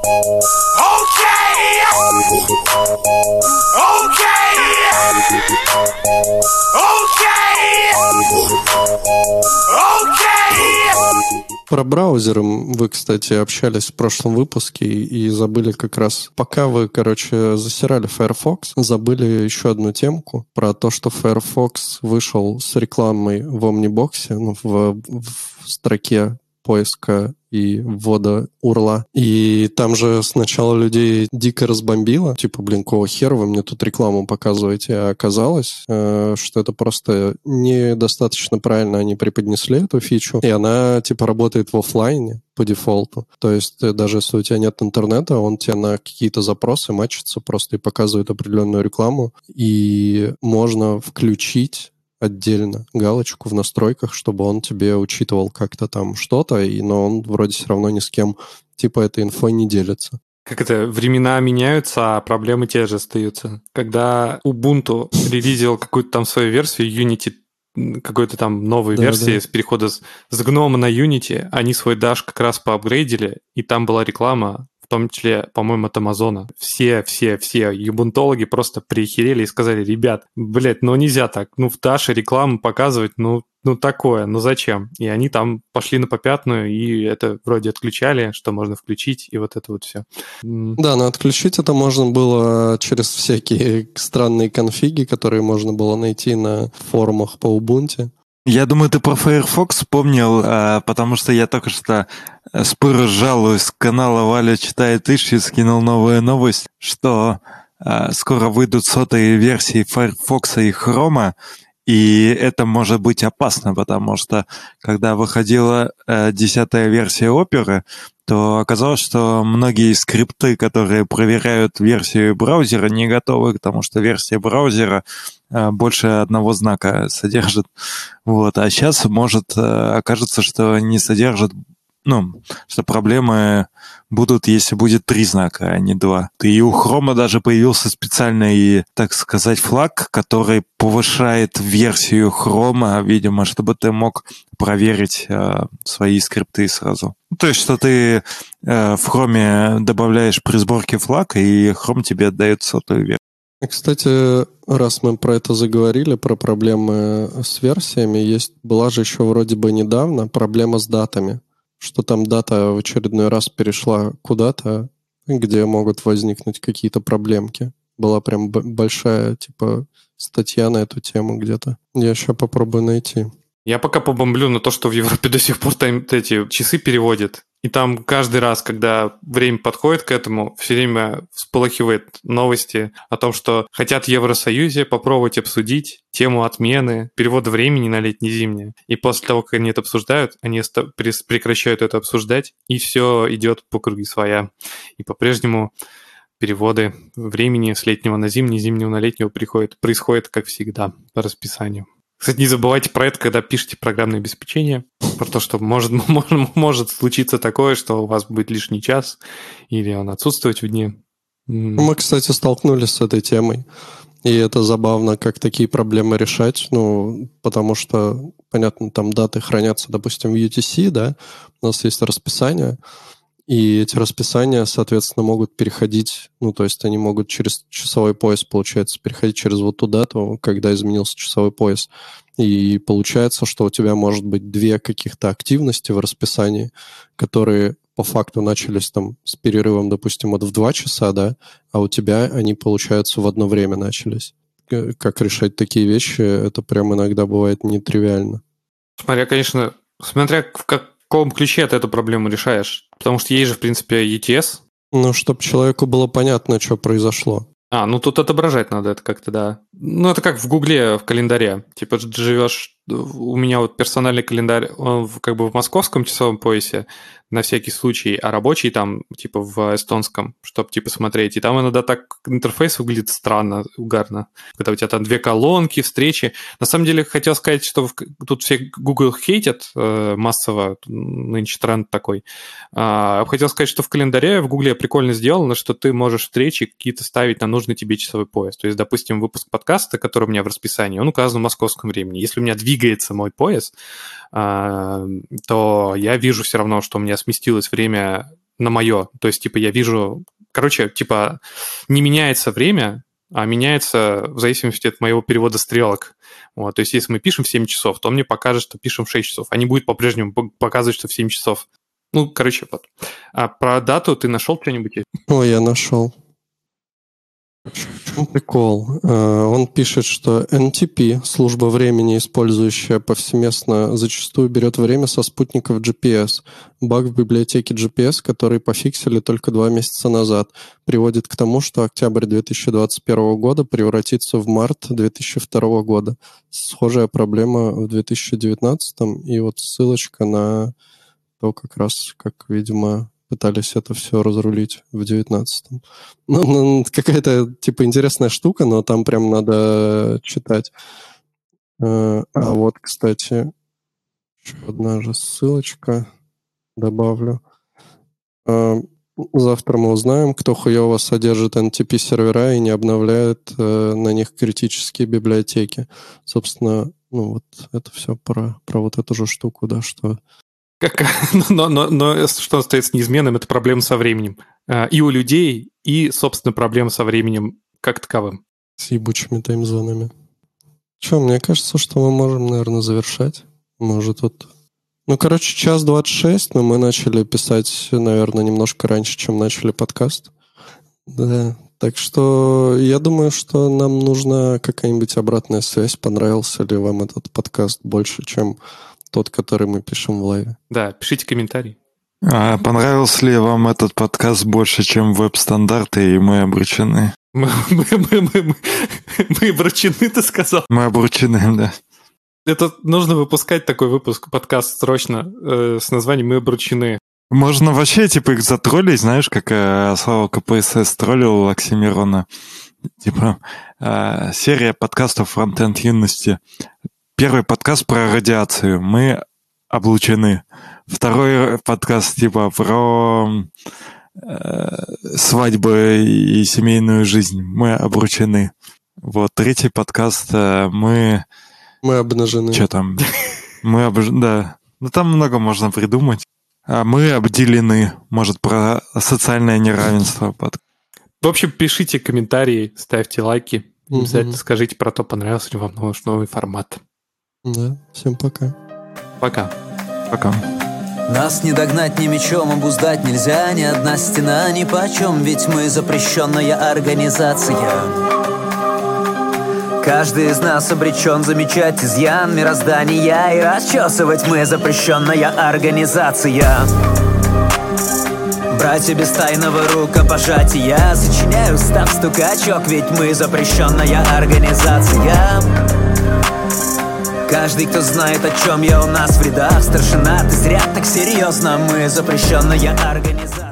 Про браузеры вы, кстати, общались в прошлом выпуске и забыли как раз, пока вы, короче, засирали Firefox, забыли еще одну темку про то, что Firefox вышел с рекламой в Omnibox, ну, в, в строке поиска и ввода урла. И там же сначала людей дико разбомбило. Типа, блин, какого хера вы мне тут рекламу показываете? А оказалось, э, что это просто недостаточно правильно они преподнесли эту фичу. И она, типа, работает в офлайне по дефолту. То есть даже если у тебя нет интернета, он тебе на какие-то запросы матчится просто и показывает определенную рекламу. И можно включить отдельно галочку в настройках, чтобы он тебе учитывал как-то там что-то, и, но он вроде все равно ни с кем типа этой инфой не делится. Как это, времена меняются, а проблемы те же остаются. Когда Ubuntu релизил какую-то там свою версию, Unity какой-то там новой Да, версии да. с перехода с, с Гнома на Unity, они свой Dash как раз поапгрейдили, и там была реклама, в том числе, по-моему, от Амазона. Все, все, все юбунтологи просто прихерели и сказали: ребят, блядь, ну нельзя так, ну в Dash рекламу показывать, ну, ну такое, ну зачем? И они там пошли на попятную, и это вроде отключали, что можно включить, и вот это вот все. Да, но отключить это можно было через всякие странные конфиги, которые можно было найти на форумах по Ubuntu. Я думаю, ты про Firefox вспомнил, потому что я только что спорю, жалуюсь с канала Валя читает ищи, скинул новую новость, что скоро выйдут сотые версии Firefox и Chrome, и это может быть опасно, потому что когда выходила десятая версия Opera, то оказалось, что многие скрипты, которые проверяют версию браузера, не готовы, потому что версия браузера больше одного знака содержит. Вот. А сейчас может окажется, что не содержит, ну, что проблемы будут, если будет три знака, а не два. И у Chrome даже появился специальный, так сказать, флаг, который повышает версию Chrome, видимо, чтобы ты мог проверить э, свои скрипты сразу. То есть, что ты э, в Chrome добавляешь при сборке флаг, и Chrome тебе отдает сотую версию. Кстати, раз мы про это заговорили, про проблемы с версиями, есть, была же еще вроде бы недавно проблема с датами, что там дата в очередной раз перешла куда-то, где могут возникнуть какие-то проблемки. Была прям большая, типа, статья на эту тему где-то. Я еще попробую найти. Я пока побомблю на то, что в Европе до сих пор там эти часы переводят. И там каждый раз, когда время подходит к этому, все время всполохивает новости о том, что хотят в Евросоюзе попробовать обсудить тему отмены перевода времени на летне-зимнее. И после того, как они это обсуждают, они прекращают это обсуждать, и все идет по круги своя. И по-прежнему переводы времени с летнего на зимний, зимнего на летнего приходят, происходит, как всегда, по расписанию. Кстати, не забывайте про это, когда пишете программное обеспечение, про то, что может, может, может случиться такое, что у вас будет лишний час, или он отсутствовать в дне. Мы, кстати, столкнулись с этой темой, и это забавно, как такие проблемы решать, ну, потому что, понятно, там даты хранятся, допустим, в ю ти си, да, у нас есть расписание, и эти расписания, соответственно, могут переходить, ну, то есть они могут через часовой пояс, получается, переходить через вот ту дату, когда изменился часовой пояс. И получается, что у тебя может быть две каких-то активности в расписании, которые по факту начались там с перерывом, допустим, вот в два часа, да, а у тебя они, получается, в одно время начались. Как решать такие вещи, это прям иногда бывает нетривиально. Смотря, конечно, смотря в как В каком ключе ты эту проблему решаешь? Потому что есть же, в принципе, и ти эс. Ну, чтобы человеку было понятно, что произошло. А, ну тут отображать надо это как-то, да. Ну, это как в Гугле в календаре. Типа, живешь... У меня вот персональный календарь, он как бы в московском часовом поясе, на всякий случай, а рабочий там, типа, в эстонском, чтобы, типа, смотреть. И там иногда так интерфейс выглядит странно, угарно. Когда у тебя там две колонки, встречи. На самом деле, хотел сказать, что в... тут все Google хейтят э, массово, нынче тренд такой. А, хотел сказать, что в календаре в Гугле прикольно сделано, что ты можешь встречи какие-то ставить на нужный тебе часовой пояс. То есть, допустим, выпуск подкаста, который у меня в расписании, он указан в московском времени. Если у меня двигается мой пояс, то я вижу все равно, что у меня сместилось время на мое. То есть, типа, я вижу... Короче, типа, не меняется время, а меняется в зависимости от моего перевода стрелок. Вот. То есть, если мы пишем в семь часов, то он мне покажет, что пишем в шесть часов, а не будет по-прежнему показывать, что в семь часов. Ну, короче, вот. А про дату ты нашел что-нибудь? Ой, я нашел. В чем прикол? Он пишет, что эн ти пи, служба времени, использующая повсеместно, зачастую берет время со спутников джи пи эс. Баг в библиотеке джи пи эс, который пофиксили только два месяца назад, приводит к тому, что октябрь две тысячи двадцать первого года превратится в март две тысячи второго года. Схожая проблема в две тысячи девятнадцатом, и вот ссылочка на то, как раз, как, видимо, пытались это все разрулить в девятнадцатом. Ну, ну, какая-то, типа, интересная штука, но там прям надо читать. А вот, кстати, еще одна же ссылочка добавлю. Завтра мы узнаем, кто хуёво содержит эн ти пи-сервера и не обновляет э, на них критические библиотеки. Собственно, ну вот это все про, про вот эту же штуку, да, что... Как, но, но, но что остается неизменным, это проблема со временем. И у людей, и, собственно, проблема со временем как таковым. С ебучими таймзонами. Че, мне кажется, что мы можем, наверное, завершать. Мы уже тут... Ну, короче, час двадцать шесть, но мы начали писать, наверное, немножко раньше, чем начали подкаст. Да, так что я думаю, что нам нужна какая-нибудь обратная связь. Понравился ли вам этот подкаст больше, чем тот, который мы пишем в лайве? Да, пишите комментарий. А понравился ли вам этот подкаст больше, чем веб-стандарты, и мы обречены? Мы, мы, мы, мы, мы, мы обречены, ты сказал? Мы обречены, да. Это нужно выпускать такой выпуск, подкаст срочно, э, с названием «Мы обречены». Можно вообще, типа, их затроллить, знаешь, как э, Слава КПСС троллил Оксимирона. Типа, э, серия подкастов «Фронтенд юности». Первый подкаст про радиацию. Мы облучены. Второй подкаст, типа, про э, свадьбы и семейную жизнь. Мы обручены. Вот, третий подкаст э, мы... Мы обнажены. Что там? Мы обнажены, да. Ну, там много можно придумать. А мы обделены. Может, про социальное неравенство. В общем, пишите комментарии, ставьте лайки. Угу. Обязательно скажите про то, понравился ли вам наш новый формат. Да, всем пока. Пока. Пока. Нас не догнать ни мечом, обуздать нельзя. Ни одна стена ни почем, ведь мы запрещенная организация. Каждый из нас обречен замечать изъян мироздания и расчесывать мы запрещенная организация. Братья без тайного рукопожатия, сочиняю став стукачок, ведь мы запрещенная организация. Каждый, кто знает, о чем я, у нас в рядах старшина. Ты зря так серьезно, мы запрещенная организация.